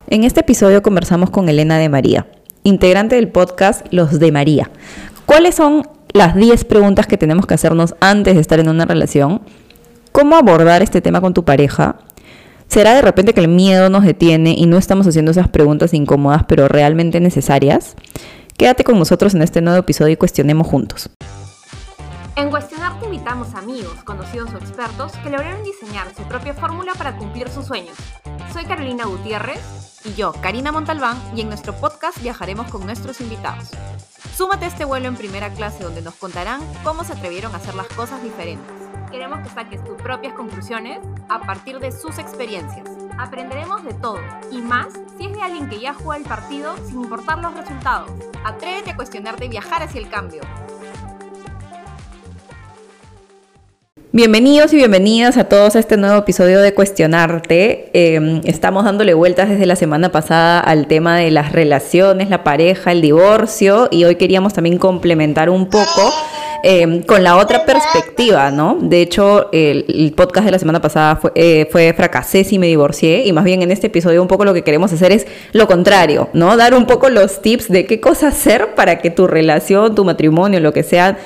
En este episodio conversamos con Elena de María, integrante del podcast Los de María. ¿Cuáles son las 10 preguntas que tenemos que hacernos antes de estar en una relación? ¿Cómo abordar este tema con tu pareja? ¿Será de repente que el miedo nos detiene y no estamos haciendo esas preguntas incómodas pero realmente necesarias? Quédate con nosotros en este nuevo episodio y cuestionemos juntos. En Cuestionar te invitamos a amigos, conocidos o expertos que lograron diseñar su propia fórmula para cumplir sus sueños. Soy Carolina Gutiérrez y yo, Karina Montalbán, y en nuestro podcast viajaremos con nuestros invitados. Súmate a este vuelo en primera clase donde nos contarán cómo se atrevieron a hacer las cosas diferentes. Queremos que saques tus propias conclusiones A partir de sus experiencias. Aprenderemos de todo y más si es de alguien que ya juega el partido sin importar los resultados. Atrévete a cuestionarte y viajar hacia el cambio. Bienvenidos y bienvenidas a todos a este nuevo episodio de Cuestionarte. Estamos dándole vueltas desde la semana pasada al tema de las relaciones, la pareja, el divorcio, y hoy queríamos también complementar un poco con la otra perspectiva, ¿no? De hecho, el podcast de la semana pasada fue Fracasé si me divorcié, y más bien en este episodio un poco lo que queremos hacer es lo contrario, ¿no? Dar un poco los tips de qué cosa hacer para que tu relación, tu matrimonio, lo que sea,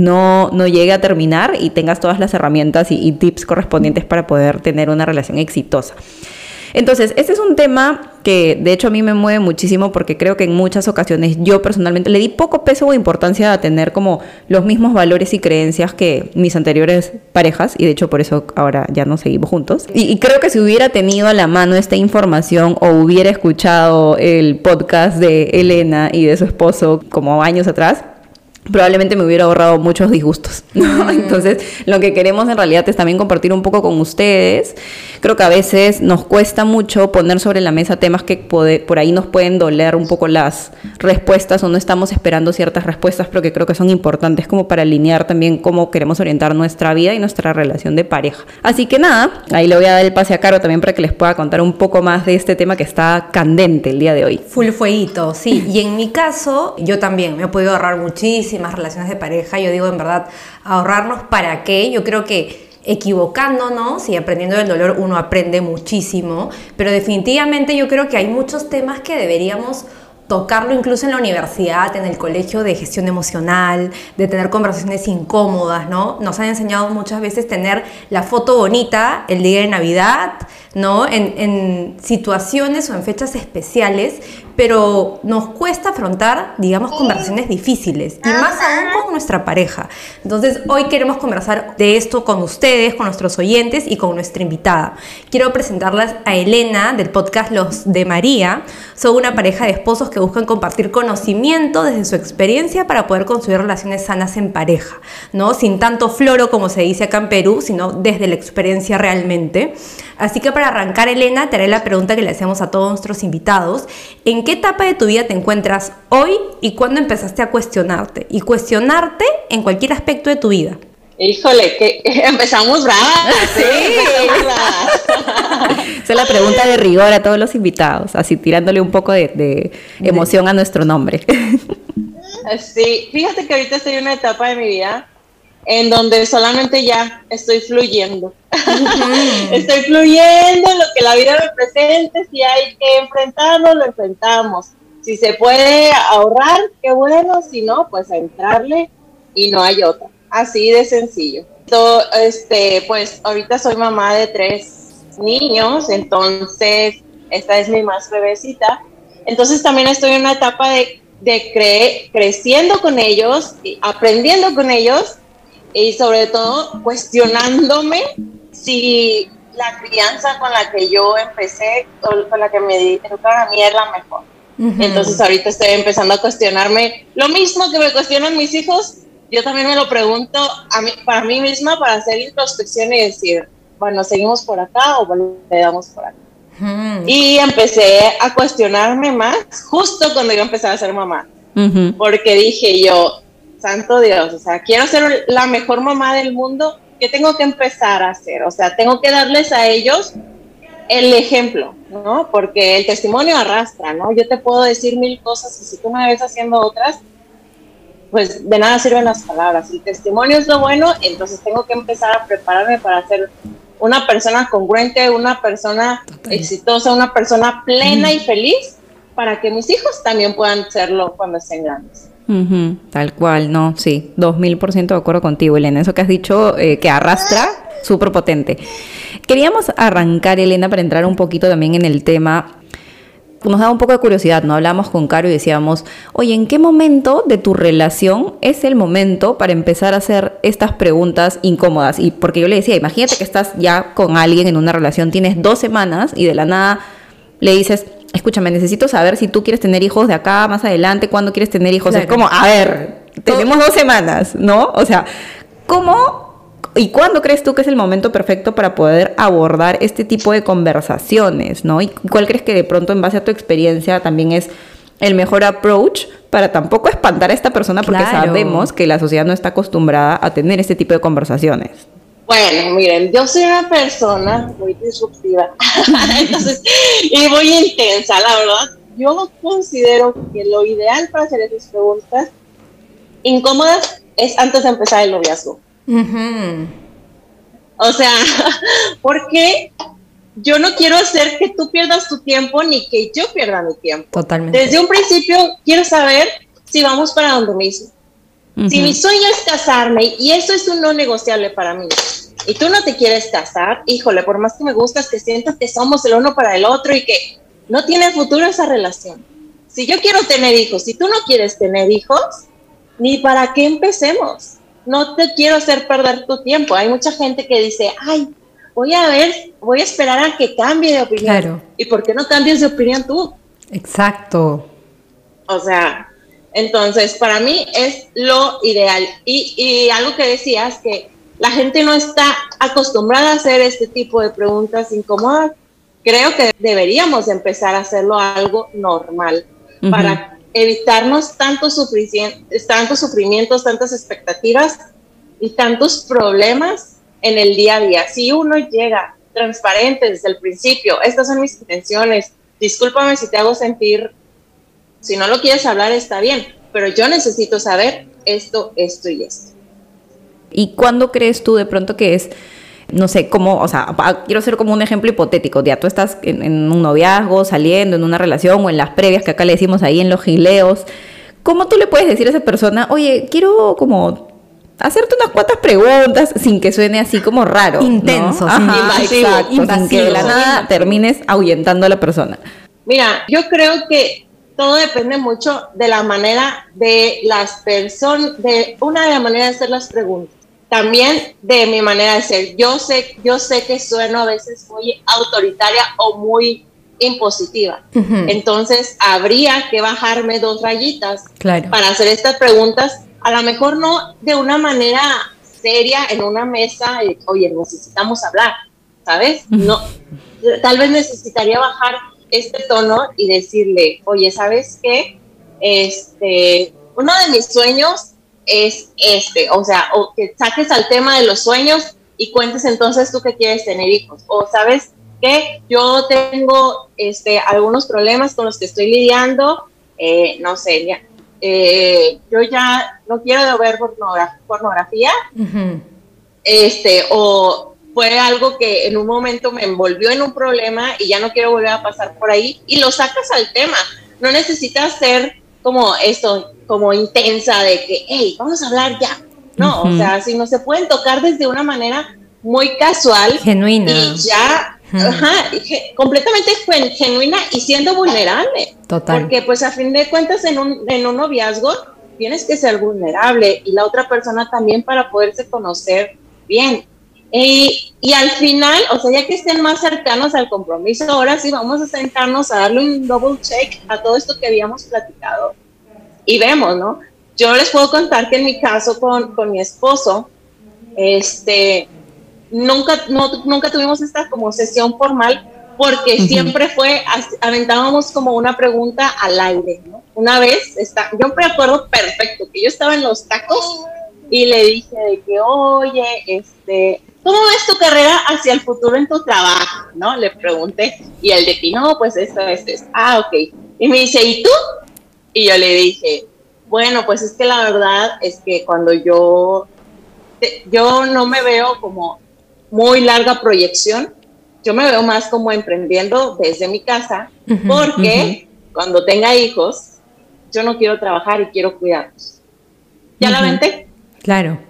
no llegue a terminar y tengas todas las herramientas y tips correspondientes para poder tener una relación exitosa. Entonces, este es un tema que de hecho a mí me mueve muchísimo porque creo que en muchas ocasiones yo personalmente le di poco peso o importancia a tener como los mismos valores y creencias que mis anteriores parejas, y de hecho por eso ahora ya no seguimos juntos. Y creo que si hubiera tenido a la mano esta información o hubiera escuchado el podcast de Elena y de su esposo como años atrás, probablemente me hubiera ahorrado muchos disgustos, ¿no? Entonces, lo que queremos en realidad es también compartir un poco con ustedes. Creo que a veces nos cuesta mucho poner sobre la mesa temas que por ahí nos pueden doler un poco las respuestas o no estamos esperando ciertas respuestas, pero que creo que son importantes como para alinear también cómo queremos orientar nuestra vida y nuestra relación de pareja. Así que nada, ahí le voy a dar el pase a Caro también para que les pueda contar un poco más de este tema que está candente el día de hoy. Full fueguito, sí. Y en mi caso, yo también me he podido ahorrar muchísimas relaciones de pareja. Yo digo, en verdad, ahorrarnos para qué. Yo creo que equivocándonos y aprendiendo del dolor uno aprende muchísimo, pero definitivamente yo creo que hay muchos temas que deberíamos tocarlo incluso en la universidad, en el colegio, de gestión emocional, de tener conversaciones incómodas, ¿no? Nos han enseñado muchas veces tener la foto bonita el día de Navidad, ¿no? En situaciones o en fechas especiales, pero nos cuesta afrontar, digamos, conversaciones difíciles, y más aún con nuestra pareja. Entonces, hoy queremos conversar de esto con ustedes, con nuestros oyentes y con nuestra invitada. Quiero presentarlas a Elena, del podcast Los de María. Son una pareja de esposos que buscan compartir conocimiento desde su experiencia para poder construir relaciones sanas en pareja, ¿no? Sin tanto floro, como se dice acá en Perú, sino desde la experiencia realmente. Así que para arrancar, Elena, te haré la pregunta que le hacemos a todos nuestros invitados. ¿En qué etapa de tu vida te encuentras hoy y cuándo empezaste a cuestionarte? Y cuestionarte en cualquier aspecto de tu vida. Híjole, que empezamos bravas. Sí, empezamos bravas. Esa es la pregunta de rigor a todos los invitados, así tirándole un poco de emoción a nuestro nombre. Sí, fíjate que ahorita estoy en una etapa de mi vida en donde solamente ya estoy fluyendo. Estoy fluyendo en lo que la vida me presente. Si hay que enfrentarlo, lo enfrentamos. Si se puede ahorrar, qué bueno. Si no, pues a entrarle y no hay otra. Así de sencillo. Pues ahorita soy mamá de 3 niños, entonces esta es mi más bebecita. Entonces también estoy en una etapa de creciendo con ellos, aprendiendo con ellos, y sobre todo cuestionándome si la crianza con la que yo empecé o con la que me educaron a mí es la mejor. Entonces ahorita estoy empezando a cuestionarme lo mismo que me cuestionan mis hijos. Yo también me lo pregunto para mí misma, para hacer introspección y decir, bueno, ¿seguimos por acá o le damos por acá? Y empecé a cuestionarme más justo cuando yo empecé a ser mamá. Porque dije yo, santo Dios, o sea, quiero ser la mejor mamá del mundo. ¿Qué tengo que empezar a hacer? O sea, tengo que darles a ellos el ejemplo, ¿no? Porque el testimonio arrastra, ¿no? Yo te puedo decir 1000 cosas y si tú me ves haciendo otras, pues de nada sirven las palabras. El testimonio es lo bueno, entonces tengo que empezar a prepararme para hacer una persona congruente, una persona exitosa, una persona plena y feliz, para que mis hijos también puedan serlo cuando estén grandes. Tal cual, no, sí, 2000% de acuerdo contigo, Elena. Eso que has dicho, que arrastra, súper potente. Queríamos arrancar, Elena, para entrar un poquito también en el tema. Nos da un poco de curiosidad, ¿no? Hablamos con Caro y decíamos, oye, ¿en qué momento de tu relación es el momento para empezar a hacer estas preguntas incómodas? Y porque yo le decía, imagínate que estás ya con alguien en una relación, tienes 2 semanas y de la nada le dices, escúchame, necesito saber si tú quieres tener hijos de acá más adelante, ¿cuándo quieres tener hijos? Claro. Es como, a ver, tenemos 2 semanas, ¿no? O sea, ¿cómo y cuándo crees tú que es el momento perfecto para poder abordar este tipo de conversaciones, ¿no? ¿Y cuál crees que de pronto, en base a tu experiencia, también es el mejor approach para tampoco espantar a esta persona? Porque sabemos que la sociedad no está acostumbrada a tener este tipo de conversaciones. Bueno, miren, yo soy una persona muy disruptiva entonces, y muy intensa, la verdad. Yo considero que lo ideal para hacer esas preguntas incómodas es antes de empezar el noviazgo. O sea, porque yo no quiero hacer que tú pierdas tu tiempo ni que yo pierda mi tiempo. Totalmente. Desde un principio quiero saber si vamos para donde mismo. Si mi sueño es casarme y eso es un no negociable para mí, y tú no te quieres casar, híjole, por más que me gustas, que sientas que somos el uno para el otro y que no tiene futuro esa relación. Si yo quiero tener hijos, si tú no quieres tener hijos, ni para qué empecemos. No te quiero hacer perder tu tiempo. Hay mucha gente que dice, ay, voy a esperar a que cambie de opinión. Claro. ¿Y por qué no cambias de opinión tú? Exacto. O sea, entonces para mí es lo ideal. Y algo que decías, que la gente no está acostumbrada a hacer este tipo de preguntas incómodas. Creo que deberíamos empezar a hacerlo algo normal para evitarnos tantos sufrimientos, tantas expectativas y tantos problemas en el día a día. Si uno llega transparente desde el principio, estas son mis intenciones, discúlpame si te hago sentir, si no lo quieres hablar está bien, pero yo necesito saber esto y esto. ¿Y cuándo crees tú de pronto que es, no sé, cómo, o sea, quiero hacer como un ejemplo hipotético, ya tú estás en un noviazgo, saliendo, en una relación o en las previas, que acá le decimos ahí en los gileos, ¿cómo tú le puedes decir a esa persona, oye, quiero como hacerte unas cuantas preguntas sin que suene así como raro? Intenso, ¿no? Ajá, exacto, sin que de la nada termines ahuyentando a la persona. Mira, yo creo que todo depende mucho de la manera de las personas, de la manera de hacer las preguntas. También de mi manera de ser. Yo sé que sueno a veces muy autoritaria o muy impositiva. Entonces, habría que bajarme 2 rayitas para hacer estas preguntas. A lo mejor no de una manera seria en una mesa, oye, necesitamos hablar, ¿sabes? No, tal vez necesitaría bajar este tono y decirle, oye, ¿sabes qué? Uno de mis sueños es o sea, o que saques al tema de los sueños y cuentes entonces tú que quieres tener hijos, o sabes que yo tengo algunos problemas con los que estoy lidiando, no sé, yo ya no quiero ver pornografía, o fue algo que en un momento me envolvió en un problema y ya no quiero volver a pasar por ahí, y lo sacas al tema. No necesitas ser como como intensa de que, hey, vamos a hablar ya. No, o sea, si no se pueden tocar desde una manera muy casual, genuina, y ya, completamente genuina y siendo vulnerable. Total. Porque pues a fin de cuentas en un noviazgo tienes que ser vulnerable y la otra persona también, para poderse conocer bien. Y al final, o sea, ya que estén más cercanos al compromiso, ahora sí vamos a sentarnos a darle un double check a todo esto que habíamos platicado. Y vemos, ¿no? Yo les puedo contar que en mi caso con mi esposo, nunca tuvimos esta como sesión formal, porque siempre aventábamos como una pregunta al aire, ¿no? Una vez, yo me acuerdo perfecto que yo estaba en los tacos y le dije de que, oye, ¿cómo ves tu carrera hacia el futuro en tu trabajo? ¿No? Le pregunté, y él de que, no, pues esto. Ok. Y me dice, ¿y tú? Y yo le dije, bueno, pues es que la verdad es que cuando yo no me veo como muy larga proyección. Yo me veo más como emprendiendo desde mi casa, porque cuando tenga hijos, yo no quiero trabajar y quiero cuidarlos. ¿Ya la aventé? Claro.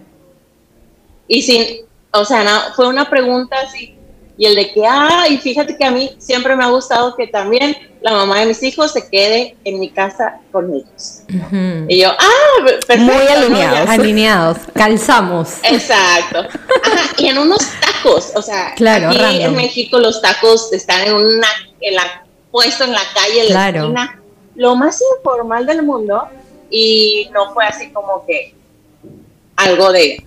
Y sin, o sea, no, fue una pregunta así, y el de que, y fíjate que a mí siempre me ha gustado que también la mamá de mis hijos se quede en mi casa con ellos. Y yo, perfecto. Muy alineados. ¿no? Alineados, calzamos. Exacto. Ajá, y en unos tacos, o sea, claro, aquí random. en México los tacos están puesto en la calle, en la esquina, lo más informal del mundo, y no fue así como que algo de,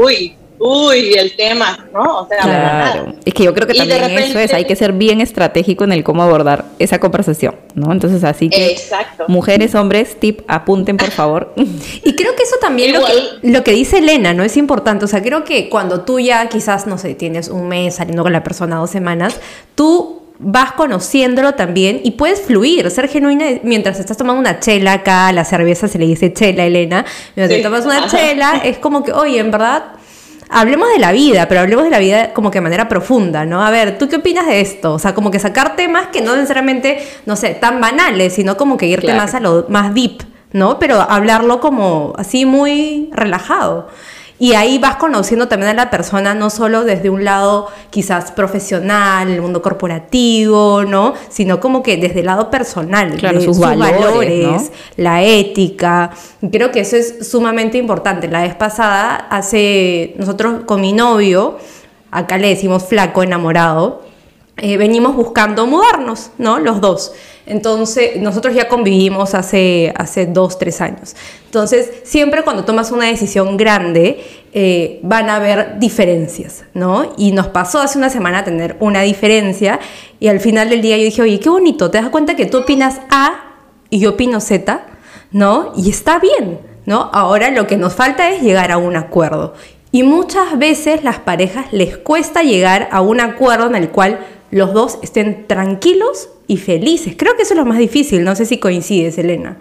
uy, el tema, ¿no? O sea, claro. Es que yo creo que también eso es, hay que ser bien estratégico en el cómo abordar esa conversación, ¿no? Entonces, así que, exacto. Mujeres, hombres, tip, apunten, por favor. Y creo que eso también lo que dice Elena, ¿no? Es importante. O sea, creo que cuando tú ya quizás, no sé, tienes un mes saliendo con la persona, 2 semanas, tú vas conociéndolo también y puedes fluir, ser genuina mientras estás tomando una chela. Acá la cerveza se le dice chela, Elena. Mientras te tomas una chela, es como que, oye, en verdad, hablemos de la vida, pero hablemos de la vida como que de manera profunda, ¿no? A ver, ¿tú qué opinas de esto? O sea, como que sacar temas que no necesariamente, no sé, tan banales, sino como que irte más a lo más deep, ¿no? Pero hablarlo como así muy relajado. Y ahí vas conociendo también a la persona, no solo desde un lado quizás profesional, el mundo corporativo, ¿no? Sino como que desde el lado personal, claro, de sus valores, ¿no? La ética. Creo que eso es sumamente importante. La vez pasada, nosotros con mi novio, acá le decimos flaco, enamorado, venimos buscando mudarnos, ¿no? Los dos. Entonces, nosotros ya convivimos hace 2, 3 años. Entonces, siempre cuando tomas una decisión grande, van a haber diferencias, ¿no? Y nos pasó hace una semana tener una diferencia, y al final del día yo dije, oye, qué bonito, ¿te das cuenta que tú opinas A y yo opino Z, ¿no? Y está bien, ¿no? Ahora lo que nos falta es llegar a un acuerdo. Y muchas veces las parejas les cuesta llegar a un acuerdo en el cual los dos estén tranquilos y felices. Creo que eso es lo más difícil. No sé si coincides, Elena.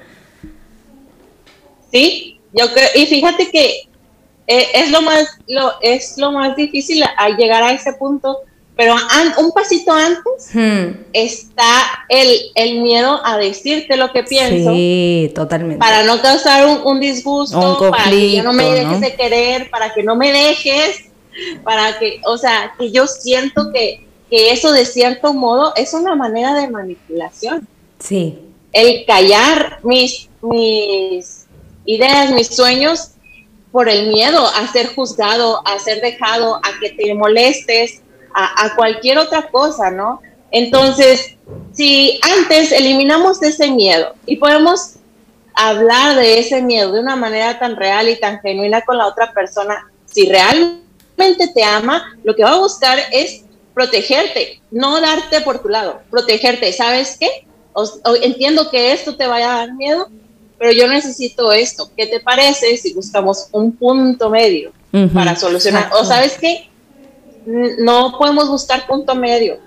Sí, yo creo, y fíjate que es lo más difícil a llegar a ese punto, pero un pasito antes está el miedo a decirte lo que pienso. Sí, totalmente. Para no causar un disgusto, un conflicto, para que ya no me dejes de querer, para que no me dejes, para que, o sea, que yo siento que eso de cierto modo es una manera de manipulación. Sí. El callar mis ideas, mis sueños, por el miedo a ser juzgado, a ser dejado, a que te molestes, a cualquier otra cosa, ¿no? Entonces, si antes eliminamos ese miedo y podemos hablar de ese miedo de una manera tan real y tan genuina con la otra persona, si realmente te ama, lo que va a buscar es protegerte, no darte por tu lado, protegerte. ¿Sabes qué? Entiendo que esto te vaya a dar miedo, pero yo necesito esto. ¿Qué te parece si buscamos un punto medio para solucionar? Exacto. O ¿sabes qué? No podemos buscar punto medio.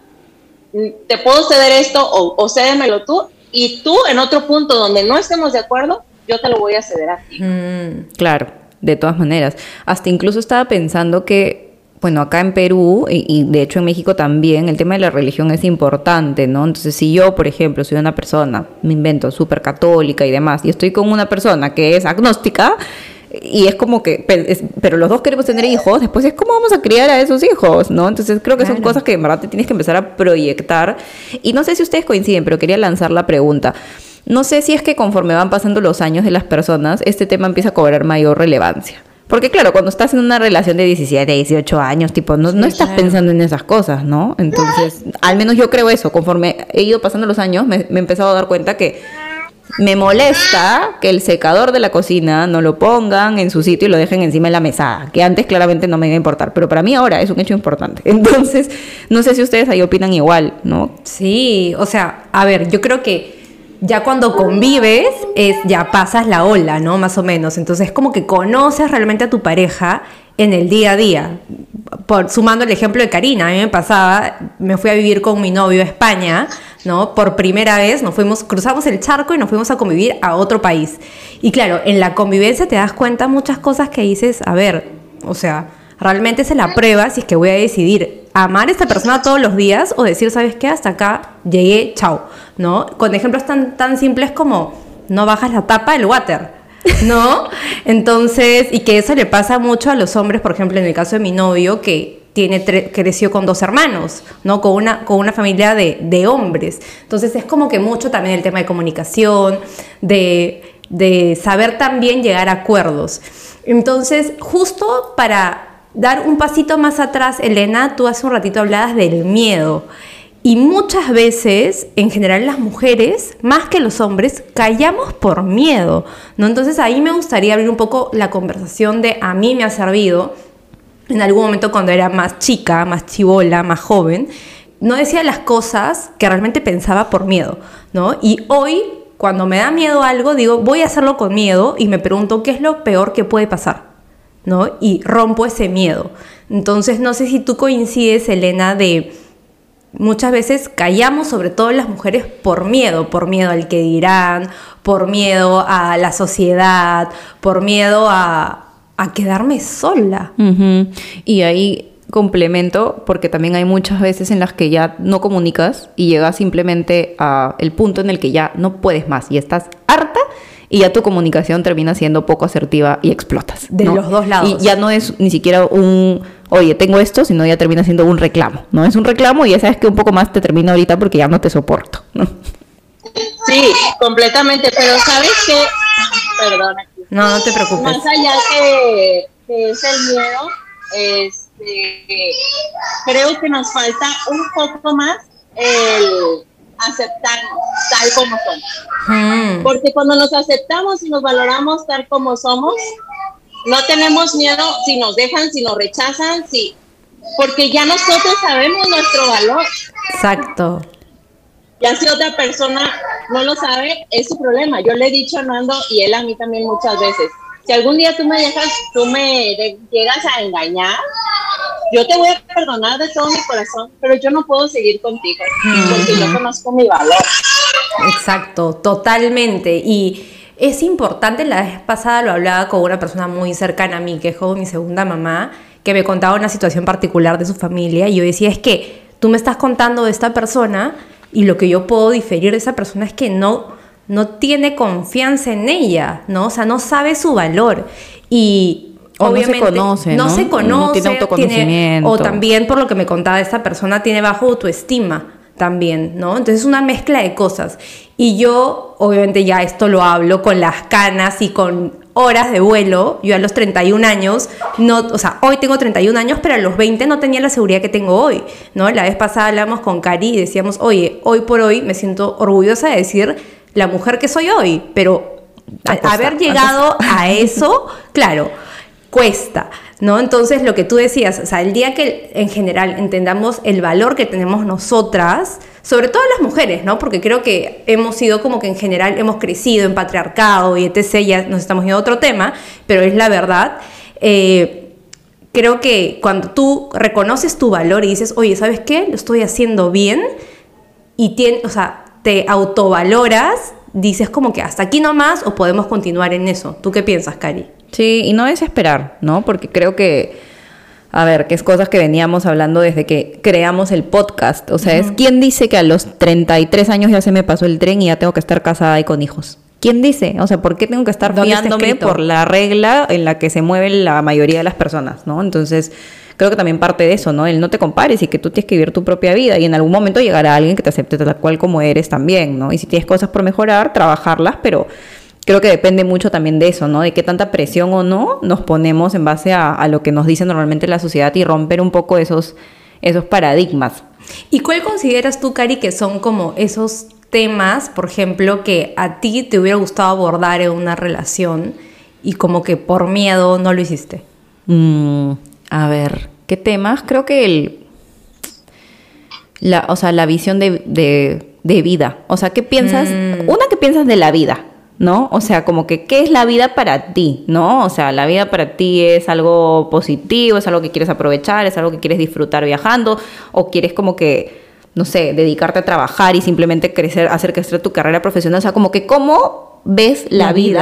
Te puedo ceder esto o cédemelo tú, y tú en otro punto donde no estemos de acuerdo, yo te lo voy a ceder a ti. Claro, de todas maneras. Hasta incluso estaba pensando que, bueno, acá en Perú y de hecho en México también, el tema de la religión es importante, ¿no? Entonces, si yo, por ejemplo, soy una persona, me invento, súper católica y demás, y estoy con una persona que es agnóstica, y es como que, pero los dos queremos tener hijos, después es cómo vamos a criar a esos hijos, ¿no? Entonces creo que son cosas que en verdad te tienes que empezar a proyectar. Y no sé si ustedes coinciden, pero quería lanzar la pregunta. No sé si es que conforme van pasando los años de las personas, este tema empieza a cobrar mayor relevancia. Porque claro, cuando estás en una relación de 17, 18 años, tipo, no estás pensando en esas cosas, ¿no? Entonces, al menos yo creo eso. Conforme he ido pasando los años, me he empezado a dar cuenta que me molesta que el secador de la cocina no lo pongan en su sitio y lo dejen encima de la mesada, que antes claramente no me iba a importar, pero para mí ahora es un hecho importante. Entonces, no sé si ustedes ahí opinan igual, ¿no? Sí, o sea, a ver, yo creo que ya cuando convives, ya pasas la ola, ¿no? Más o menos. Entonces, como que conoces realmente a tu pareja en el día a día. Sumando el ejemplo de Karina, a mí me pasaba, me fui a vivir con mi novio a España, ¿no? Por primera vez cruzamos el charco y nos fuimos a convivir a otro país. Y claro, en la convivencia te das cuenta muchas cosas que dices, a ver, o sea, Realmente esa es la prueba si es que voy a decidir amar a esta persona todos los días o decir, ¿sabes qué? Hasta acá llegué, chao, ¿no? Con ejemplos tan simples como no bajas la tapa del water, ¿no? Entonces, y que eso le pasa mucho a los hombres, por ejemplo, en el caso de mi novio, que creció con 2 hermanos, ¿no? Con una familia de hombres. Entonces es como que mucho también el tema de comunicación, de saber también llegar a acuerdos. Entonces, justo para dar un pasito más atrás, Elena, tú hace un ratito hablabas del miedo. Y muchas veces, en general las mujeres, más que los hombres, callamos por miedo, ¿no? Entonces ahí me gustaría abrir un poco la conversación de a mí me ha servido. En algún momento cuando era más chica, más chibola, más joven, no decía las cosas que realmente pensaba por miedo, ¿no? Y hoy, cuando me da miedo algo, digo, voy a hacerlo con miedo y me pregunto qué es lo peor que puede pasar, ¿no? Y rompo ese miedo. Entonces, no sé si tú coincides, Elena, de muchas veces callamos, sobre todo las mujeres, por miedo al que dirán, por miedo a la sociedad, por miedo a quedarme sola. Uh-huh. Y ahí complemento, porque también hay muchas veces en las que ya no comunicas y llegas simplemente a el punto en el que ya no puedes más y estás harta y ya tu comunicación termina siendo poco asertiva y explotas, de ¿no? los dos lados. Y ya no es ni siquiera un, oye, tengo esto, sino ya termina siendo un reclamo, ¿no? Es un reclamo y ya sabes que un poco más te termina ahorita porque ya no te soporto, ¿no? Sí, completamente, pero ¿sabes qué? Perdona. No te preocupes. Más allá que es el miedo, creo que nos falta un poco más el aceptarnos tal como somos. Porque cuando nos aceptamos y nos valoramos tal como somos, no tenemos miedo si nos dejan, si nos rechazan, porque ya nosotros sabemos nuestro valor. Exacto. Ya si otra persona no lo sabe, es su problema. Yo le he dicho a Nando y él a mí también muchas veces, si algún día tú me llegas a engañar, yo te voy a perdonar de todo mi corazón, pero yo no puedo seguir contigo, porque yo conozco mi valor. Exacto, totalmente. Y es importante, la vez pasada lo hablaba con una persona muy cercana a mí, que es como mi segunda mamá, que me contaba una situación particular de su familia, y yo decía, es que tú me estás contando de esta persona, y lo que yo puedo diferir de esa persona es que no tiene confianza en ella, ¿no? O sea, no sabe su valor. Y obviamente no se conoce, no tiene autoconocimiento. O también, por lo que me contaba esta persona, tiene bajo autoestima también, ¿no? Entonces es una mezcla de cosas. Y yo, obviamente ya esto lo hablo con las canas y con horas de vuelo. Yo a los 31 años, hoy tengo 31 años, pero a los 20 no tenía la seguridad que tengo hoy, ¿no? La vez pasada hablamos con Cari y decíamos, oye, hoy por hoy me siento orgullosa de decir la mujer que soy hoy, pero haber llegado a eso, claro, cuesta, ¿no? Entonces, lo que tú decías, o sea, el día que en general entendamos el valor que tenemos nosotras, sobre todo las mujeres, ¿no? Porque creo que hemos sido como que en general hemos crecido en patriarcado y etc., ya nos estamos yendo a otro tema, pero es la verdad. Creo que cuando tú reconoces tu valor y dices, oye, ¿sabes qué? Lo estoy haciendo bien y te autovaloras, dices como que hasta aquí nomás o podemos continuar en eso. ¿Tú qué piensas, Cari? Sí, y no desesperar, ¿no? Porque creo que, a ver, que es cosas que veníamos hablando desde que creamos el podcast. O sea, es ¿quién dice que a los 33 años ya se me pasó el tren y ya tengo que estar casada y con hijos? ¿Quién dice? O sea, ¿por qué tengo que estar fiándome por la regla en la que se mueven la mayoría de las personas, ¿no? Entonces, creo que también parte de eso, ¿no? El no te compares y que tú tienes que vivir tu propia vida y en algún momento llegará alguien que te acepte tal cual como eres también, ¿no? Y si tienes cosas por mejorar, trabajarlas, pero creo que depende mucho también de eso, ¿no? De qué tanta presión o no nos ponemos en base a lo que nos dice normalmente la sociedad y romper un poco esos paradigmas. ¿Y cuál consideras tú, Cari, que son como esos temas, por ejemplo, que a ti te hubiera gustado abordar en una relación y como que por miedo no lo hiciste? A ver, ¿qué temas? Creo que la visión de vida. O sea, ¿qué piensas? Una, ¿qué piensas de la vida? ¿No? O sea, como que, ¿qué es la vida para ti? ¿No? O sea, la vida para ti es algo positivo, es algo que quieres aprovechar, es algo que quieres disfrutar viajando, o quieres como que, no sé, dedicarte a trabajar y simplemente hacer crecer tu carrera profesional. O sea, como que, ¿cómo ves la vida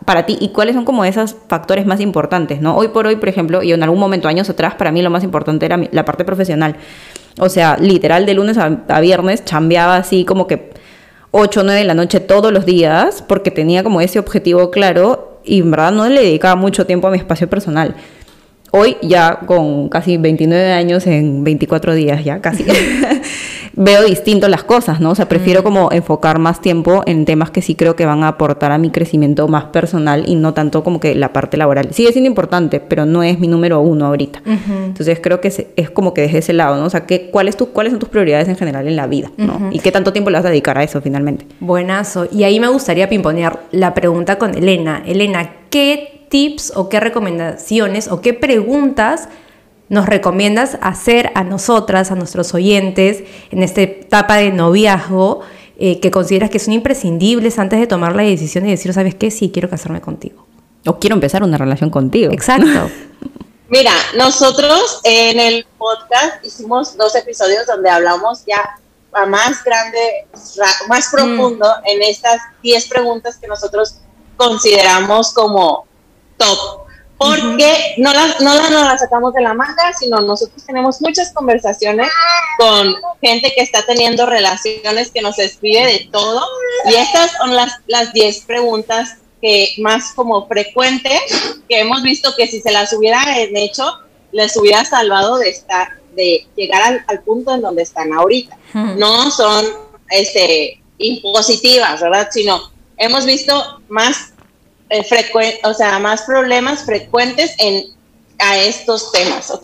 para ti y cuáles son como esos factores más importantes, ¿no? Hoy por hoy, por ejemplo, y en algún momento, años atrás, para mí lo más importante era la parte profesional. O sea, literal, de lunes a viernes chambeaba así como que 8 o 9 de la noche todos los días porque tenía como ese objetivo claro y en verdad no le dedicaba mucho tiempo a mi espacio personal. Hoy ya con casi 29 años en 24 días ya casi veo distinto las cosas, ¿no? O sea, prefiero como enfocar más tiempo en temas que sí creo que van a aportar a mi crecimiento más personal y no tanto como que la parte laboral. Sigue siendo importante, pero no es mi número 1 ahorita. Entonces creo que es como que desde ese lado, ¿no? O sea, ¿cuáles son tus prioridades en general en la vida, ¿no? Y qué tanto tiempo le vas a dedicar a eso finalmente. Buenazo. Y ahí me gustaría pimponear la pregunta con Elena. Elena, ¿qué tips o qué recomendaciones o qué preguntas nos recomiendas hacer a nosotras, a nuestros oyentes, en esta etapa de noviazgo, que consideras que son imprescindibles antes de tomar la decisión y decir, ¿sabes qué? Sí, quiero casarme contigo. O quiero empezar una relación contigo. Exacto. Mira, nosotros en el podcast hicimos 2 episodios donde hablamos ya a más grande, más profundo en estas 10 preguntas que nosotros consideramos como top. Porque no las sacamos de la manga, sino nosotros tenemos muchas conversaciones con gente que está teniendo relaciones, que nos escribe de todo, y estas son las 10 preguntas que más como frecuentes, que hemos visto que si se las hubieran hecho, les hubiera salvado de llegar al punto en donde están ahorita. No son impositivas, ¿verdad? Sino hemos visto más más problemas frecuentes a estos temas, ¿ok?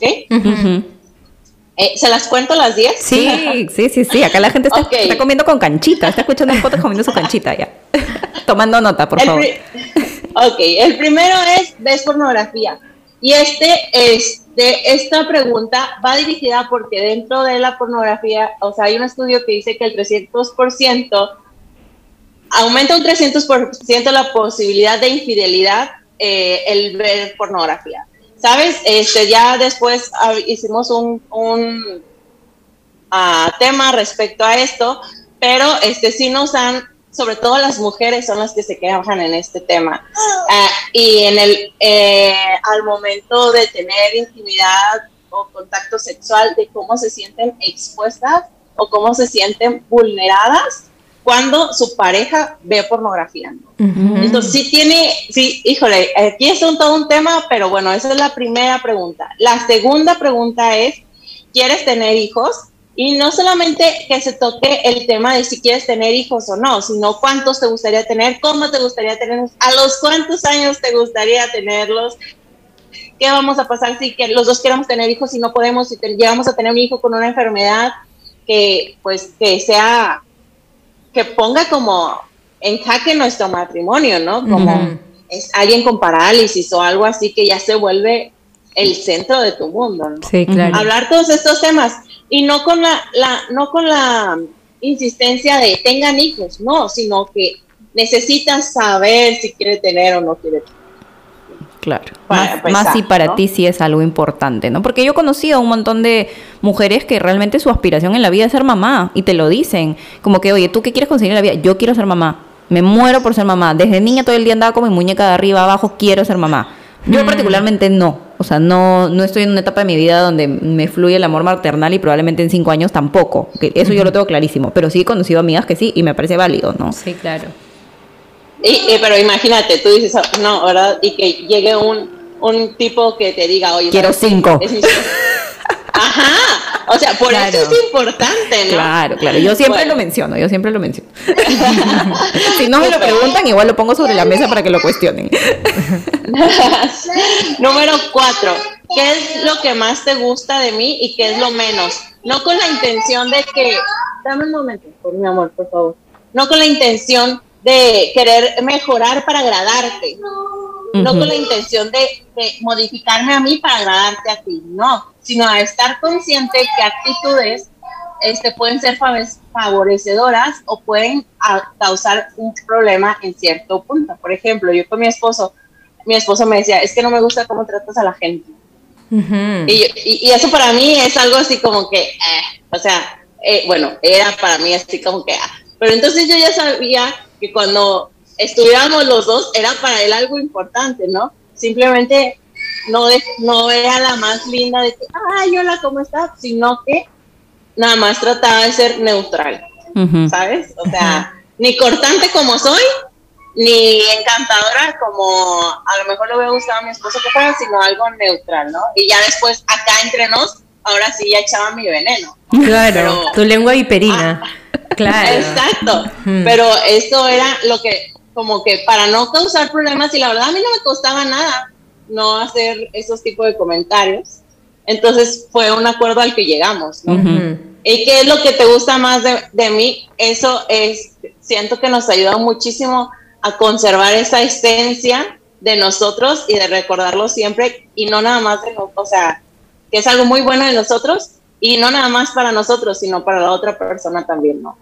¿Se las cuento las 10? Sí. Acá la gente está comiendo con canchita, está escuchando un podcast comiendo su canchita ya. Tomando nota, por favor. El primero es, ¿ves pornografía? Y esta pregunta va dirigida porque dentro de la pornografía, o sea, hay un estudio que dice que el 300%, aumenta un 300% la posibilidad de infidelidad el ver pornografía. ¿Sabes? Ya después hicimos un tema respecto a esto, pero sí nos han, sobre todo las mujeres son las que se quejan en este tema. Y al momento de tener intimidad o contacto sexual, de cómo se sienten expuestas o cómo se sienten vulneradas cuando su pareja ve pornografía. Entonces híjole, aquí es todo un tema, pero bueno, esa es la primera pregunta. La segunda pregunta es, ¿quieres tener hijos? Y no solamente que se toque el tema de si quieres tener hijos o no, sino cuántos te gustaría tener, cómo te gustaría tenerlos, a los cuántos años te gustaría tenerlos, qué vamos a pasar si los dos queremos tener hijos y no podemos, si llegamos a tener un hijo con una enfermedad que ponga como en jaque nuestro matrimonio, ¿no? Como es alguien con parálisis o algo así que ya se vuelve el centro de tu mundo, ¿no? Sí, claro. Hablar todos estos temas y no con la insistencia de tengan hijos, no, sino que necesitas saber si quiere tener o no quiere tener. Claro, más si para ti sí es algo importante, ¿no? Porque yo he conocido a un montón de mujeres que realmente su aspiración en la vida es ser mamá y te lo dicen, como que, oye, ¿tú qué quieres conseguir en la vida? Yo quiero ser mamá, me muero por ser mamá, desde niña todo el día andaba con mi muñeca de arriba abajo, quiero ser mamá. Yo particularmente no, o sea, no estoy en una etapa de mi vida donde me fluye el amor maternal y probablemente en 5 años tampoco, que eso yo lo tengo clarísimo, pero sí he conocido amigas que sí y me parece válido, ¿no? Sí, claro. Pero imagínate, tú dices, no, ¿verdad? Y que llegue un tipo que te diga, oye, quiero 5. Ajá, o sea, por eso es importante, ¿no? Claro, yo siempre lo menciono. Si no me lo preguntan, igual lo pongo sobre la mesa para que lo cuestionen. Número 4, ¿qué es lo que más te gusta de mí y qué es lo menos? No con la intención de que, dame un momento, por mi amor, por favor. No con la intención de querer mejorar para agradarte, no con la intención de modificarme a mí para agradarte a ti, no, sino a estar consciente que actitudes pueden ser favorecedoras o pueden causar un problema en cierto punto. Por ejemplo, yo con mi esposo me decía, es que no me gusta cómo tratas a la gente. Y eso para mí es algo así como que, bueno, era para mí así como que, pero entonces yo ya sabía que cuando estuviéramos los dos, era para él algo importante, ¿no? Simplemente no era la más linda de que, ay, hola, ¿cómo estás? Sino que nada más trataba de ser neutral, ¿sabes? O sea, ni cortante como soy, ni encantadora como a lo mejor le hubiera gustado a mi esposo que fuera, sino algo neutral, ¿no? Y ya después, acá entre nos, ahora sí ya echaba mi veneno. Claro, pero, tu lengua viperina. Claro. Exacto, pero eso era lo que, como que para no causar problemas, y la verdad a mí no me costaba nada no hacer esos tipos de comentarios, entonces fue un acuerdo al que llegamos, ¿no? ¿Y qué es lo que te gusta más de mí? Eso es, siento que nos ayuda muchísimo a conservar esa esencia de nosotros y de recordarlo siempre, y no nada más o sea, que es algo muy bueno de nosotros, y no nada más para nosotros, sino para la otra persona también, ¿no?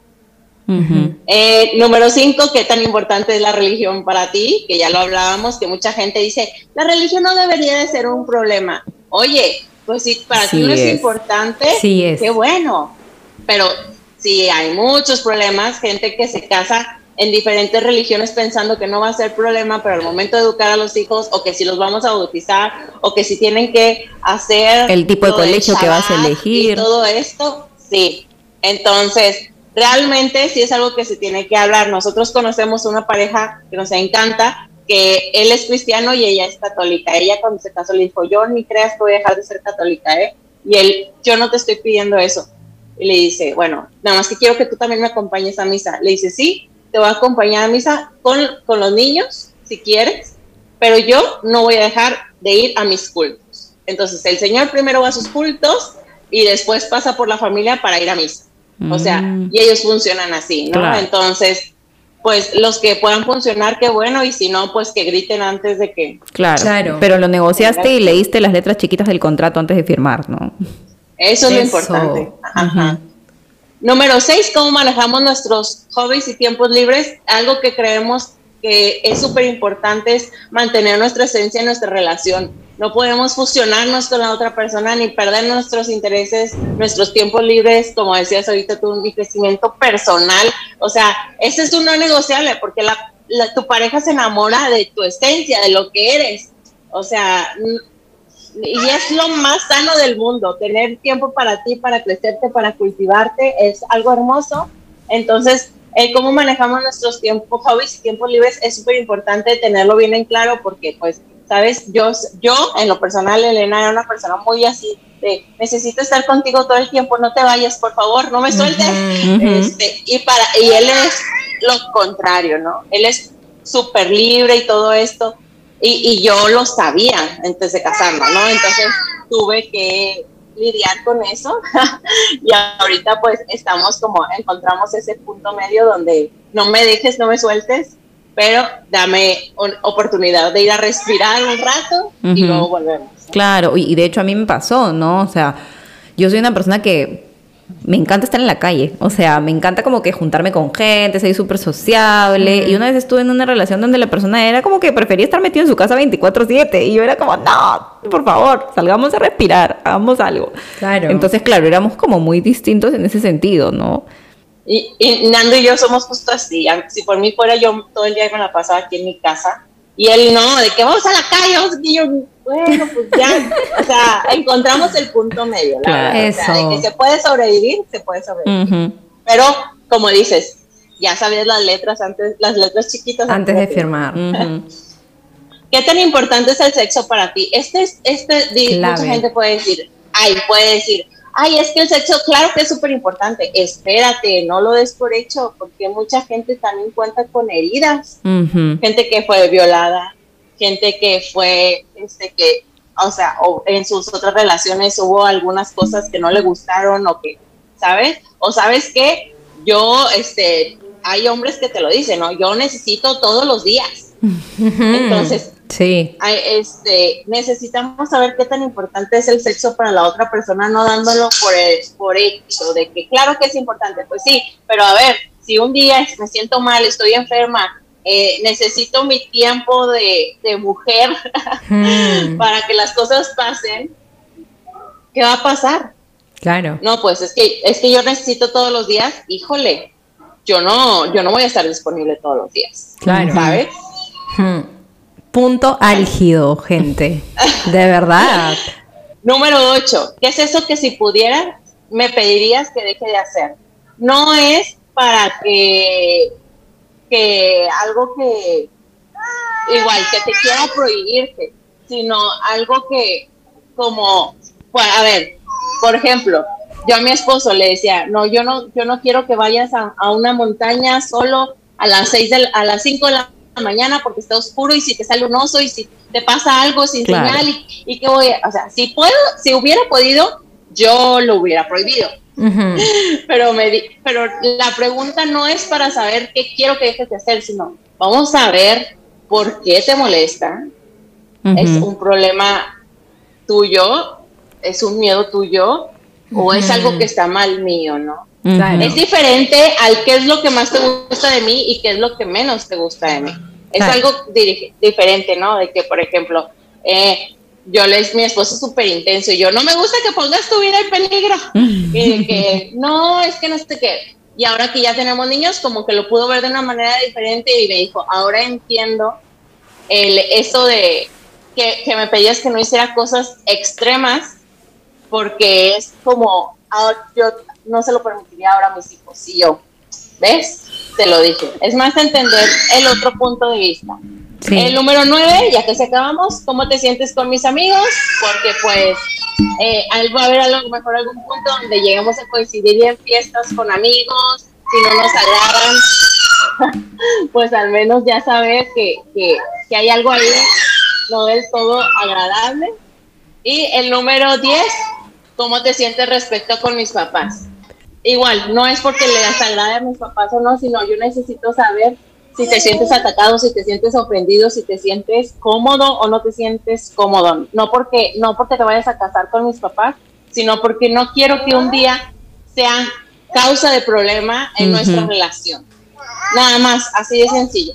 Número 5, ¿qué tan importante es la religión para ti? Que ya lo hablábamos, que mucha gente dice, la religión no debería de ser un problema. Oye, pues si para ti no es importante, qué bueno. Pero sí, hay muchos problemas, gente que se casa en diferentes religiones pensando que no va a ser problema, pero al momento de educar a los hijos, o que si los vamos a bautizar, o que si tienen que hacer el tipo de colegio que vas a elegir, y todo esto, sí. Entonces, realmente sí es algo que se tiene que hablar. Nosotros conocemos una pareja que nos encanta, que él es cristiano y ella es católica. Ella cuando se casó le dijo, yo ni creas que voy a dejar de ser católica, ¿eh? Y él, yo no te estoy pidiendo eso. Y le dice, bueno, nada más que quiero que tú también me acompañes a misa. Le dice, sí, te voy a acompañar a misa con los niños, si quieres, pero yo no voy a dejar de ir a mis cultos. Entonces, el señor primero va a sus cultos y después pasa por la familia para ir a misa. O sea, y ellos funcionan así, ¿no? Claro. Entonces, pues los que puedan funcionar, qué bueno, y si no, pues que griten antes de que... Claro. Pero lo negociaste y leíste las letras chiquitas del contrato antes de firmar, ¿no? Eso es lo importante. Ajá. Número 6, ¿cómo manejamos nuestros hobbies y tiempos libres? Algo que creemos que es súper importante es mantener nuestra esencia en nuestra relación. No podemos fusionarnos con la otra persona ni perder nuestros intereses, nuestros tiempos libres, como decías ahorita tú, mi crecimiento personal. O sea, ese es un no negociable, porque tu pareja se enamora de tu esencia, de lo que eres. O sea, y es lo más sano del mundo, tener tiempo para ti, para crecerte, para cultivarte, es algo hermoso. Entonces, cómo manejamos nuestros tiempos, hobbies y tiempos libres es súper importante tenerlo bien en claro, porque pues, sabes, yo en lo personal, Elena, era una persona muy así, de necesito estar contigo todo el tiempo, no te vayas, por favor, no me sueltes. Y él es lo contrario, ¿no? Él es súper libre y todo esto. Y yo lo sabía antes de casarnos, ¿no? Entonces tuve que lidiar con eso y ahorita pues encontramos ese punto medio donde no me dejes, no me sueltes, pero dame oportunidad de ir a respirar un rato y luego volvemos, ¿no? Claro, y de hecho a mí me pasó, ¿no? O sea, yo soy una persona que me encanta estar en la calle, o sea, me encanta como que juntarme con gente, soy súper sociable, y una vez estuve en una relación donde la persona era como que prefería estar metido en su casa 24/7, y yo era como, no, por favor, salgamos a respirar, hagamos algo. Claro. Entonces, claro, éramos como muy distintos en ese sentido, ¿no? Y Nando y yo somos justo así. Si por mí fuera, yo todo el día me la pasaba aquí en mi casa, y él no, de que vamos a la calle, vamos aquí, yo, bueno, pues ya, o sea, encontramos el punto medio, la verdad. O sea, de que se puede sobrevivir. Pero, como dices, ya sabías las letras chiquitas antes de firmar. ¿Qué tan importante es el sexo para ti? Mucha gente puede decir, es que el sexo, claro que es súper importante. Espérate, no lo des por hecho, porque mucha gente también cuenta con heridas. Gente que fue violada, gente que fue, o en sus otras relaciones hubo algunas cosas que no le gustaron, o que, ¿sabes? O ¿sabes qué? Yo, hay hombres que te lo dicen, ¿no? Yo necesito todos los días. Entonces, sí. Necesitamos saber qué tan importante es el sexo para la otra persona, no dándolo por hecho, de que claro que es importante, pues sí, pero a ver, si un día me siento mal, estoy enferma, necesito mi tiempo de mujer para que las cosas pasen, ¿qué va a pasar? Claro. No, pues es que yo necesito todos los días, híjole, yo no voy a estar disponible todos los días. Claro. ¿Sabes? Punto álgido, gente. De verdad. Número 8. ¿Qué es eso que si pudiera me pedirías que deje de hacer? No es para que algo que igual que te quiera prohibirte, sino algo que como, pues, a ver, por ejemplo, yo a mi esposo le decía, no, yo no quiero que vayas a una montaña solo a las 5 de la mañana porque está oscuro y si te sale un oso y si te pasa algo sin señal y que voy a, o sea, si hubiera podido, yo lo hubiera prohibido. Uh-huh. Pero la pregunta no es para saber qué quiero que dejes de hacer, sino vamos a ver por qué te molesta. Uh-huh. ¿Es un problema tuyo? ¿Es un miedo tuyo? ¿O es algo que está mal mío, no? Claro. Es diferente al qué es lo que más te gusta de mí y qué es lo que menos te gusta de mí. Es algo diferente, ¿no? De que, por ejemplo, mi esposo es súper intenso y yo, no me gusta que pongas tu vida en peligro. Y de que, no, es que no sé qué. Y ahora que ya tenemos niños, como que lo pudo ver de una manera diferente y me dijo, ahora entiendo eso de que me pedías que no hiciera cosas extremas porque es como, yo no se lo permitiría ahora a mis hijos y yo, ¿ves? Te lo dije. Es más entender el otro punto de vista. Sí. El número 9, ya que se acabamos, ¿cómo te sientes con mis amigos? Porque pues va a haber a lo mejor algún punto donde lleguemos a coincidir en fiestas con amigos, si no nos agradan, pues al menos ya saber que hay algo ahí no del todo agradable. Y el número 10, ¿cómo te sientes respecto con mis papás? Igual, no es porque le desagrade a mis papás o no, sino yo necesito saber si te sientes atacado, si te sientes ofendido, si te sientes cómodo o no te sientes cómodo. No porque te vayas a casar con mis papás, sino porque no quiero que un día sea causa de problema en nuestra relación. Nada más, así de sencillo.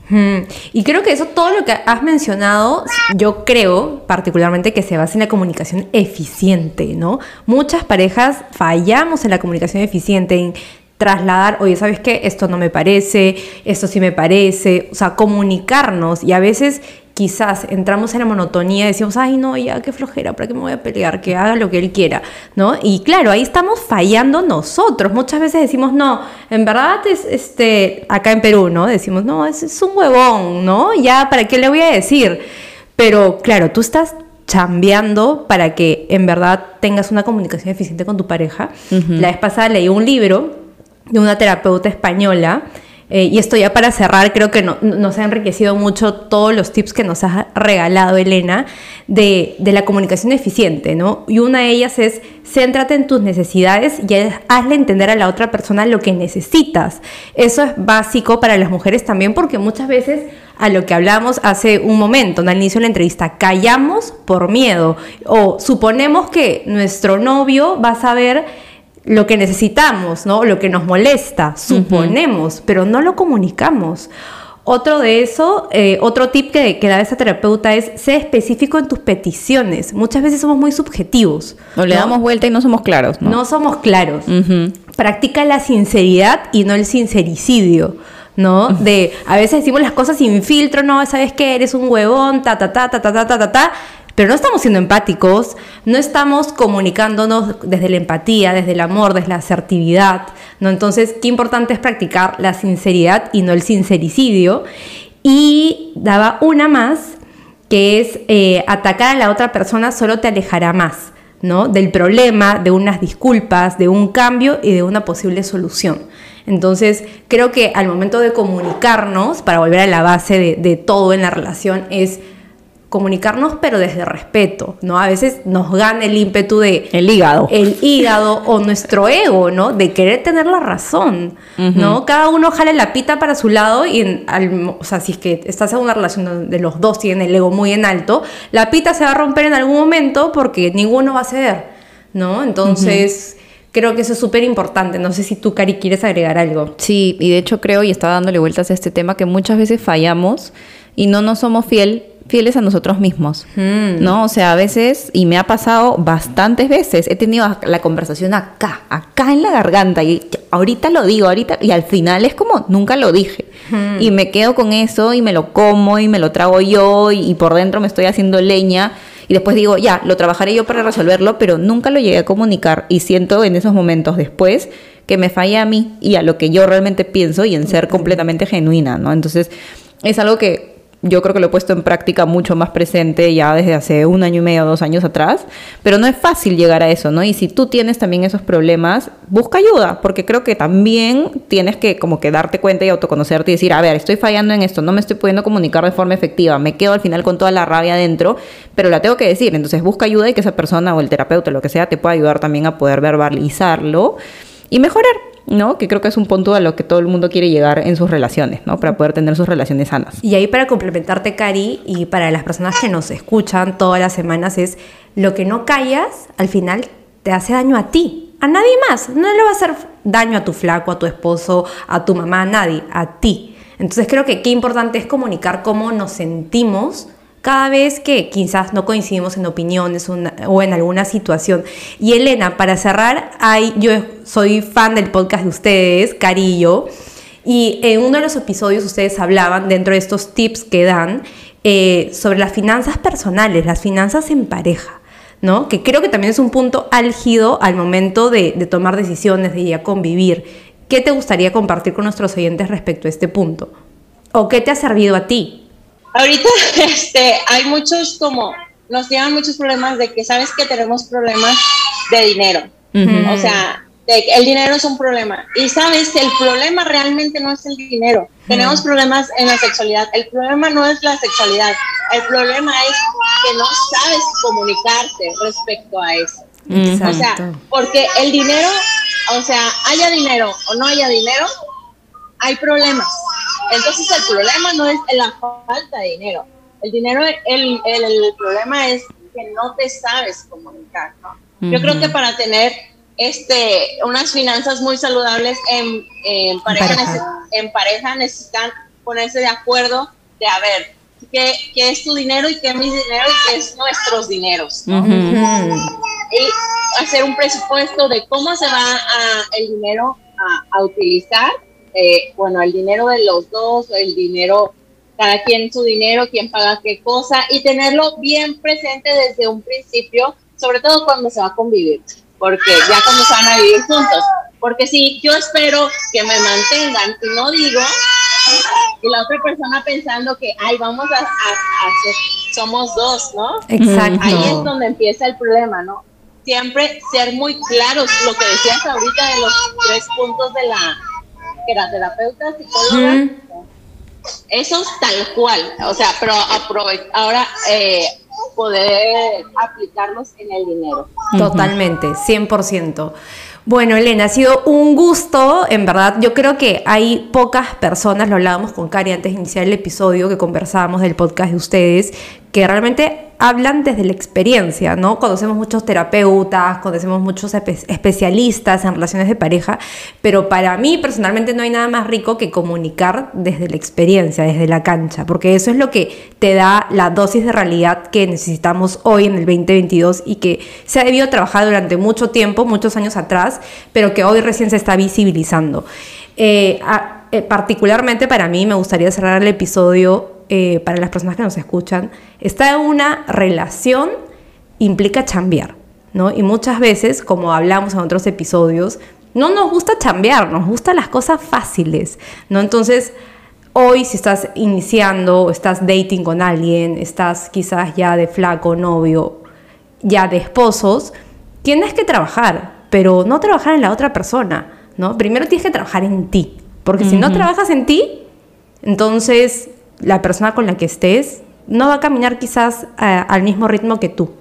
Y creo que todo lo que has mencionado, yo creo particularmente que se basa en la comunicación eficiente, ¿no? Muchas parejas fallamos en la comunicación eficiente, en trasladar, oye, ¿sabes qué? Esto no me parece, esto sí me parece, o sea, comunicarnos, y a veces quizás entramos en la monotonía y decimos, ay, no, ya, qué flojera, ¿para qué me voy a pelear? Que haga lo que él quiera, ¿no? Y claro, ahí estamos fallando nosotros. Muchas veces decimos, no, en verdad es, acá en Perú, ¿no? Decimos, no, es un huevón, ¿no? Ya, ¿para qué le voy a decir? Pero claro, tú estás chambeando para que en verdad tengas una comunicación eficiente con tu pareja. Uh-huh. La vez pasada leí un libro de una terapeuta española. Y esto ya para cerrar, creo que nos ha enriquecido mucho todos los tips que nos ha regalado Elena de la comunicación eficiente, ¿no? Y una de ellas es, céntrate en tus necesidades y hazle entender a la otra persona lo que necesitas. Eso es básico para las mujeres también, porque muchas veces, a lo que hablamos hace un momento, al inicio de la entrevista, callamos por miedo o suponemos que nuestro novio va a saber lo que necesitamos, ¿no? Lo que nos molesta, suponemos, pero no lo comunicamos. Otro de eso, otro tip que da esa terapeuta es ser específico en tus peticiones. Muchas veces somos muy subjetivos, ¿no? Le damos vuelta y no somos claros, ¿no? No somos claros. Uh-huh. Practica la sinceridad y no el sincericidio, ¿no? De, a veces decimos las cosas sin filtro, no, ¿sabes qué? Eres un huevón, pero no estamos siendo empáticos, no estamos comunicándonos desde la empatía, desde el amor, desde la asertividad, ¿no? Entonces, qué importante es practicar la sinceridad y no el sincericidio. Y daba una más, que es atacar a la otra persona solo te alejará más, ¿no? Del problema, de unas disculpas, de un cambio y de una posible solución. Entonces, creo que al momento de comunicarnos, para volver a la base de todo en la relación, es comunicarnos, pero desde respeto, ¿no? A veces nos gana el ímpetu de el hígado o nuestro ego, ¿no? De querer tener la razón, uh-huh. ¿no? Cada uno jala la pita para su lado y o sea, si es que estás en una relación donde los dos tienen el ego muy en alto, la pita se va a romper en algún momento porque ninguno va a ceder, ¿no? Entonces, creo que eso es súper importante. No sé si tú, Cari, quieres agregar algo. Sí, y de hecho creo, y estaba dándole vueltas a este tema, que muchas veces fallamos y no nos somos fiel fieles a nosotros mismos, ¿no? O sea, a veces, y me ha pasado bastantes veces, he tenido la conversación acá en la garganta, y ahorita lo digo, y al final es como, nunca lo dije. Y me quedo con eso, y me lo como, y me lo trago yo, y por dentro me estoy haciendo leña, y después digo, ya, lo trabajaré yo para resolverlo, pero nunca lo llegué a comunicar, y siento en esos momentos después que me falla a mí, y a lo que yo realmente pienso, y en ser completamente genuina, ¿no? Entonces, es algo que yo creo que lo he puesto en práctica mucho más presente ya desde hace 1 año y medio, 2 años atrás, pero no es fácil llegar a eso, ¿no? Y si tú tienes también esos problemas, busca ayuda, porque creo que también tienes que como que darte cuenta y autoconocerte y decir, a ver, estoy fallando en esto, no me estoy pudiendo comunicar de forma efectiva, me quedo al final con toda la rabia adentro, pero la tengo que decir, entonces busca ayuda y que esa persona o el terapeuta o lo que sea te pueda ayudar también a poder verbalizarlo y mejorar, ¿no? Que creo que es un punto a lo que todo el mundo quiere llegar en sus relaciones, ¿no? Para poder tener sus relaciones sanas. Y ahí, para complementarte, Cari, y para las personas que nos escuchan todas las semanas, es lo que no callas, al final te hace daño a ti, a nadie más. No le va a hacer daño a tu flaco, a tu esposo, a tu mamá, a nadie, a ti. Entonces creo que qué importante es comunicar cómo nos sentimos cada vez que quizás no coincidimos en opiniones o en alguna situación. Y Elena, para cerrar, yo soy fan del podcast de ustedes, Cari y yo, y en uno de los episodios ustedes hablaban, dentro de estos tips que dan, sobre las finanzas personales, las finanzas en pareja, ¿no? Que creo que también es un punto álgido al momento de tomar decisiones, de ya convivir. ¿Qué te gustaría compartir con nuestros oyentes respecto a este punto? ¿O qué te ha servido a ti? Ahorita hay muchos, como nos llevan muchos problemas de que sabes que tenemos problemas de dinero. O sea, el dinero es un problema. Y sabes que el problema realmente no es el dinero. Tenemos problemas en la sexualidad. El problema no es la sexualidad. El problema es que no sabes comunicarte respecto a eso. Exacto. O sea, porque el dinero, o sea, haya dinero o no haya dinero, hay problemas. Entonces el problema no es la falta de dinero. El dinero, el problema es que no te sabes comunicar, ¿no? Yo creo que para tener unas finanzas muy saludables en pareja necesitan ponerse de acuerdo de a ver qué es tu dinero y qué es mi dinero y qué es nuestros dineros, ¿no? Y hacer un presupuesto de cómo se va el dinero a utilizar. Bueno, el dinero de los dos, el dinero, cada quien su dinero, quién paga qué cosa, y tenerlo bien presente desde un principio, sobre todo cuando se va a convivir, porque ya cuando se van a vivir juntos, porque si yo espero que me mantengan y no digo, y la otra persona pensando que, ay, vamos a hacer, somos dos, ¿no? Exacto. Ahí es donde empieza el problema, ¿no? Siempre ser muy claros, lo que decías ahorita de los 3 puntos de que era terapeuta, psicóloga, eso es tal cual, o sea, pero ahora poder aplicarlos en el dinero. Totalmente, 100%. Bueno, Elena, ha sido un gusto, en verdad. Yo creo que hay pocas personas, lo hablábamos con Cari antes de iniciar el episodio, que conversábamos del podcast de ustedes, que realmente hablan desde la experiencia, ¿no? Conocemos muchos terapeutas, conocemos muchos especialistas en relaciones de pareja, pero para mí personalmente no hay nada más rico que comunicar desde la experiencia, desde la cancha, porque eso es lo que te da la dosis de realidad que necesitamos hoy en el 2022 y que se ha debido trabajar durante mucho tiempo, muchos años atrás, pero que hoy recién se está visibilizando. Particularmente para mí me gustaría cerrar el episodio para las personas que nos escuchan. Estar en una relación implica chambear, ¿no? Y muchas veces, como hablamos en otros episodios, no nos gusta chambear, nos gustan las cosas fáciles, ¿no? Entonces, hoy si estás iniciando, estás dating con alguien, estás quizás ya de flaco, novio, ya de esposos, tienes que trabajar, pero no trabajar en la otra persona, ¿no? Primero tienes que trabajar en ti, porque si no trabajas en ti, entonces la persona con la que estés no va a caminar quizás al mismo ritmo que tú.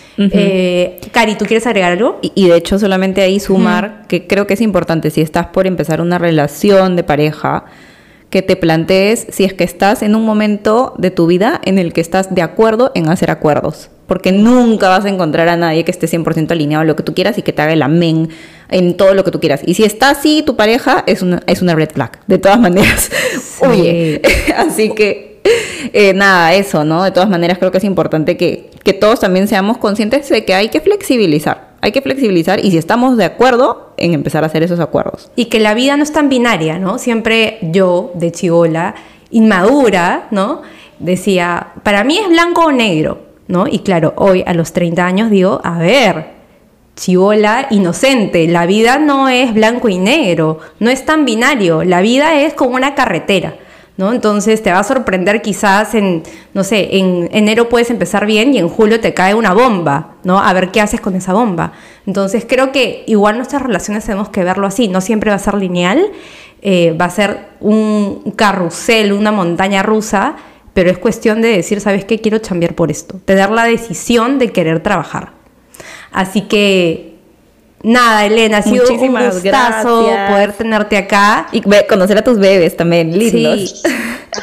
Cari, ¿tú quieres agregar algo? Y de hecho solamente ahí sumar que creo que es importante, si estás por empezar una relación de pareja, que te plantees si es que estás en un momento de tu vida en el que estás de acuerdo en hacer acuerdos, porque nunca vas a encontrar a nadie que esté 100% alineado a lo que tú quieras y que te haga el amén en todo lo que tú quieras. Y si está así tu pareja, es una red flag, de todas maneras. Sí. Oye, así que nada, eso, ¿no? De todas maneras creo que es importante que todos también seamos conscientes de que hay que flexibilizar. Hay que flexibilizar y si estamos de acuerdo en empezar a hacer esos acuerdos. Y que la vida no es tan binaria, ¿no? Siempre yo, de chibola, inmadura, ¿no? Decía, para mí es blanco o negro, ¿no? Y claro, hoy a los 30 años digo, a ver, chibola inocente, la vida no es blanco y negro, no es tan binario, la vida es como una carretera, ¿no? Entonces te va a sorprender quizás no sé, en enero puedes empezar bien y en julio te cae una bomba, ¿no? A ver qué haces con esa bomba. Entonces creo que igual nuestras relaciones tenemos que verlo así, no siempre va a ser lineal, va a ser un carrusel, una montaña rusa, pero es cuestión de decir, ¿sabes qué? Quiero chambear por esto, de dar la decisión de querer trabajar. Así que, nada, Elena, ha sido un gustazo poder tenerte acá. Y conocer a tus bebés también, lindos. Sí.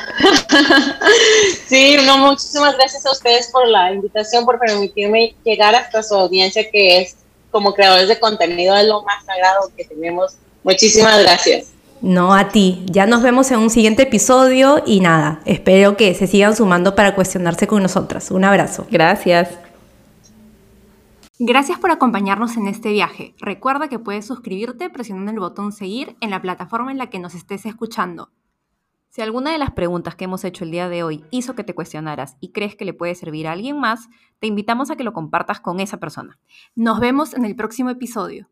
Sí, no, muchísimas gracias a ustedes por la invitación, por permitirme llegar hasta su audiencia, que es como creadores de contenido, es lo más sagrado que tenemos. Muchísimas gracias. No, a ti. Ya nos vemos en un siguiente episodio y nada, espero que se sigan sumando para cuestionarse con nosotras. Un abrazo. Gracias. Gracias por acompañarnos en este viaje. Recuerda que puedes suscribirte presionando el botón seguir en la plataforma en la que nos estés escuchando. Si alguna de las preguntas que hemos hecho el día de hoy hizo que te cuestionaras y crees que le puede servir a alguien más, te invitamos a que lo compartas con esa persona. Nos vemos en el próximo episodio.